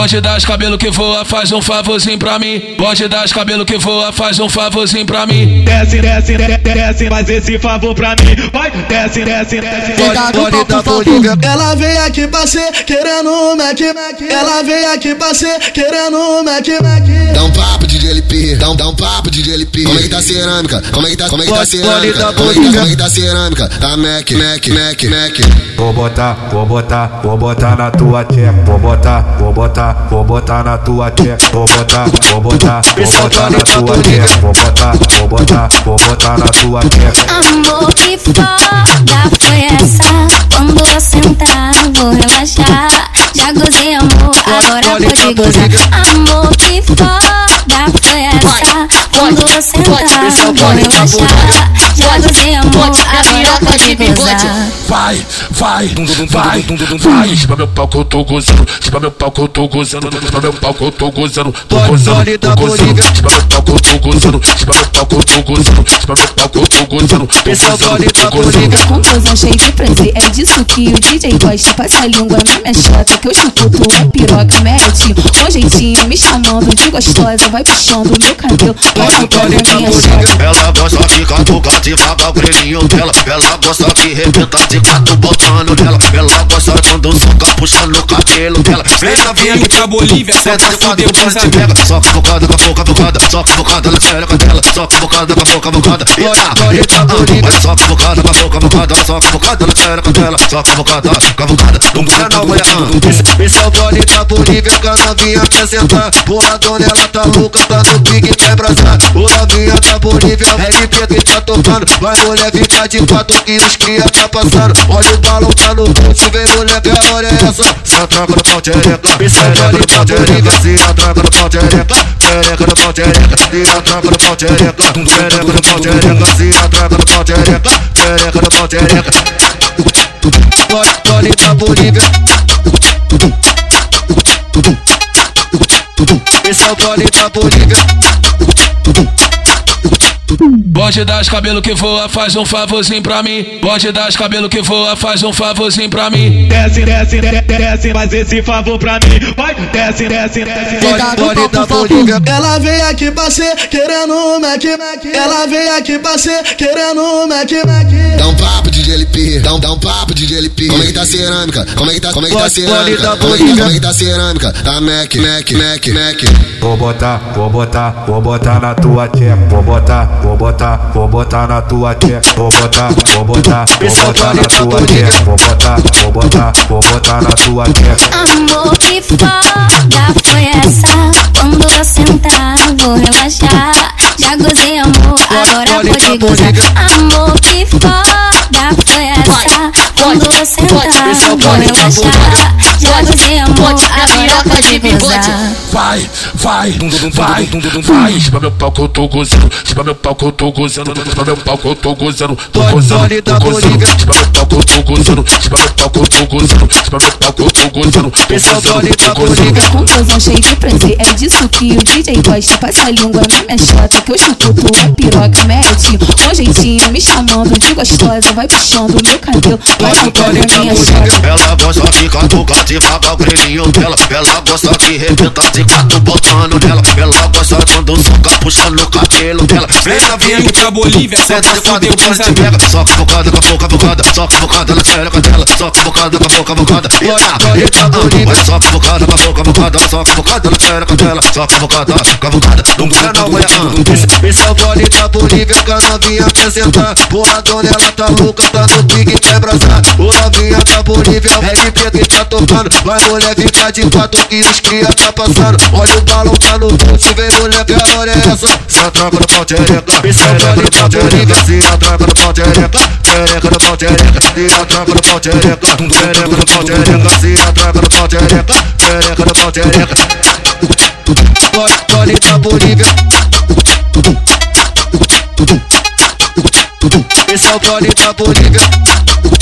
Bonde das cabelo que voa, faz um favorzinho pra mim. Bonde das cabelo que voa, faz um favorzinho pra mim. Desce, desce, desce, faz esse favor pra mim. Vai, desce, desce, desce. Bonde da Bolívia. Ela vem aqui pra ser querendo um Mac. Ela vem aqui pra ser querendo um Mac. Dá um papo de LP, dá um papo de LP. Como é que tá a cerâmica? Como é que tá cerâmica? Como é que tá a cerâmica? Tá Mac. Vou botar na tua tcheca. Vou botar na tua tcheca. Vou botar na tua tcheca. Vou botar na tua tcheca. Amor, que foda foi essa? Quando eu sentar, vou relaxar. Já gozei, amor, agora pode gozar. Amor, que foda foi essa? Quando eu sentar, vou relaxar. Já gozei, amor, agora pode gozar. Vai, chupa meu pau que eu tô gozando. Chupa meu pau que eu tô gozando. Chupa meu pau que eu tô gozando. Bonde da Bolívia. Chupa meu pau que eu tô gozando. Chupa meu pau que eu tô gozando. Chupa meu pau que eu tô gozando. Esse bonde da Bolívia. Confusão cheia de prazer, é disso que o DJ gosta. Passa a língua na minha chota, que eu chupo tua piroca. Mete com jeitinho, me chamando de gostosa. Vai puxando meu cabelo, vai chupando a minha chota. Ela gosta de catucar devagar o grelhinho dela. Ela gosta de rebentar de quatro botando nela. Ela gosta quando soca puxando o cabelo dela. Vem aqui pra Bolívia, só pra fuder o te pega. Soca bocada com a boca bocada. Soca bocada na xereca dela. Soca bocada com a boca bocada. Soca bocada com a boca bocada. Soca bocada na xereca dela. Soca bocada com a bocada. Não para não, mulher. Esse é o bonde da Bolívia que a novinha quer sentar. Porra, dona, ela tá louca, tá no pique, quer brasar. O novinha da Bolívia, RP que tá tocando. Vai, mulher, fica de 4 que os cria tá passando. Olha o balão, tá no pulso, vem, mulher, que a hora é essa? Se atraca no pau tchereca. Esse é o bonde da Bolívia. Se atraca no pau tchereca. Tchereca no pau tchereca. Se atraca no pau tchereca. Tchereca no pau tchereca. Se atraca no pau tchereca. Tchereca no pau tchereca. Bonde da Bolívia. Esse é o bonde da Bolívia. Bonde das cabelo que voa, faz um favorzinho pra mim. Bonde das cabelo que voa, faz um favorzinho pra mim. Desce, desce, desce, faz esse favor pra mim. Vai, desce, desce, desce. Bonde da Bolívia. Ela vem aqui pra ser querendo um Mac. Ela vem aqui pra ser querendo um Mac. Dá um papo de LP, dá um papo de LP. Como é que tá a cerâmica? Como é que tá cerâmica? Como é que tá a cerâmica? Tá Mac. Vou botar na tua tcheca. Vou botar na tua tcheca. Vou botar na tua tcheca. Vou botar na tua tcheca. Amor, que foda foi essa? Quando eu sentar, vou relaxar. Já gozei, amor, agora pode gozar. Amor, que foda foi essa? Quando eu sentar, vou relaxar. Já gozei, amor, agora pode gozar. Vai, chupa meu pau que eu tô gozando. Chupa meu pau que eu tô gozando. Chupa meu pau que eu tô gozando. Bonde da Bolívia. Chupa meu pau que eu tô gozando. Chupa meu pau que eu tô gozando. Chupa meu pau que eu tô gozando. Esse é o bonde da Bolívia. Confusão cheia de prazer, é disso que o DJ gosta. Passa a língua na minha chota, que eu chupo tua piroca. Mete com jeitinho, me chamando de gostosa. Vai puxando meu cabelo, vai chupando a minha chota. Ela gosta de catucar devagar o grelhinho dela. Ela gosta de rebentar de quatro botando nela. Ela gosta quando soca puxando o cabelo dela. Vem aqui pra Bolívia, só pra fuder o te pega. Soca bocada com a boca bocada. Soca bocada na xereca dela. Soca bocada com a boca bocada. Soca bocada com a boca bocada. Soca bocada na xereca dela. Soca bocada com a bocada. Não para não, mulher. Esse é o bonde da Bolívia que a novinha quer sentar. Porra, dona, ela tá louca, tá no pique, quer brasar. O novinha da Bolívia, RP que tá tocando. Vai, mulher, fica de 4 que os cria tá passando. Olha o balão, tá no pulso, vem, mulher, que a hora é essa? Se atraca no pau tchereca. Esse é o bonde da Bolívia. Se atraca no pau tchereca. Tchereca no pau tchereca. Se atraca no pau tchereca. Tchereca no pau tchereca. Se atraca no pau tchereca. Tchereca no pau tchereca. Bonde da Bolívia. Esse é o bonde da Bolívia.